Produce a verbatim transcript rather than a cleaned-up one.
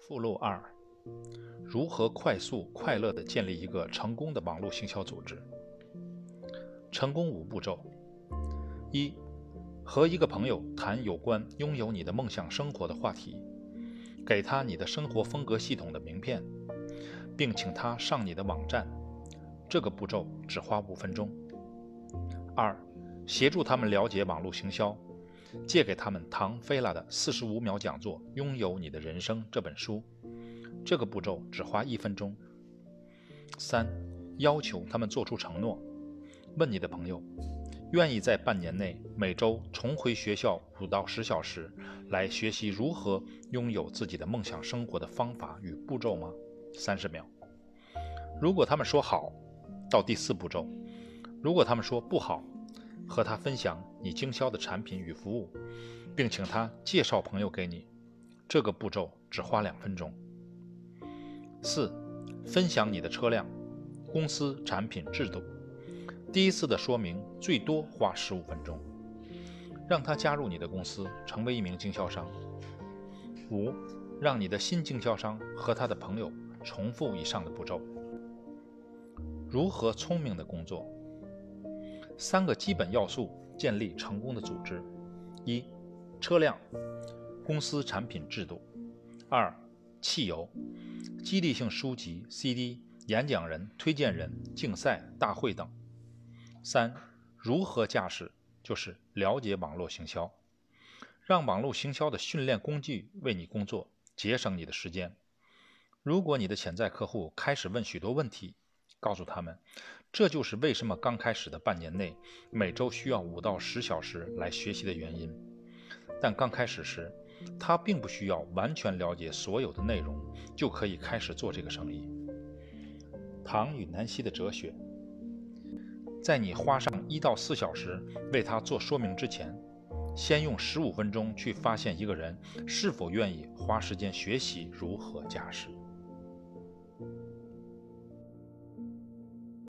附录二：如何快速快乐地建立一个成功的网络行销组织。成功五步骤：一、和一个朋友谈有关拥有你的梦想生活的话题，给他你的生活风格系统的名片，并请他上你的网站，这个步骤只花五分钟。二、协助他们了解网络行销，借给他们唐菲拉的四十五秒讲座《拥有你的人生》这本书，这个步骤只花一分钟。三、要求他们做出承诺，问你的朋友愿意在半年内每周重回学校五到十小时，来学习如何拥有自己的梦想生活的方法与步骤吗？三十秒。如果他们说好，到第四步骤。如果他们说不好，和他分享你经销的产品与服务，并请他介绍朋友给你，这个步骤只花两分钟。四、分享你的车辆、公司、产品、制度。第一次的说明最多花十五分钟，让他加入你的公司，成为一名经销商。五、让你的新经销商和他的朋友重复以上的步骤。如何聪明的工作？三个基本要素建立成功的组织：一、车辆、公司、产品、制度；二、汽油、激励性书籍、C D、演讲人、推荐人、竞赛、大会等；三、如何驾驶，就是了解网络行销，让网络行销的训练工具为你工作，节省你的时间。如果你的潜在客户开始问许多问题，告诉他们，这就是为什么刚开始的半年内每周需要五到十小时来学习的原因。但刚开始时，他并不需要完全了解所有的内容就可以开始做这个生意。唐与南希的哲学：在你花上一到四小时为他做说明之前，先用十五分钟去发现一个人是否愿意花时间学习如何驾驶。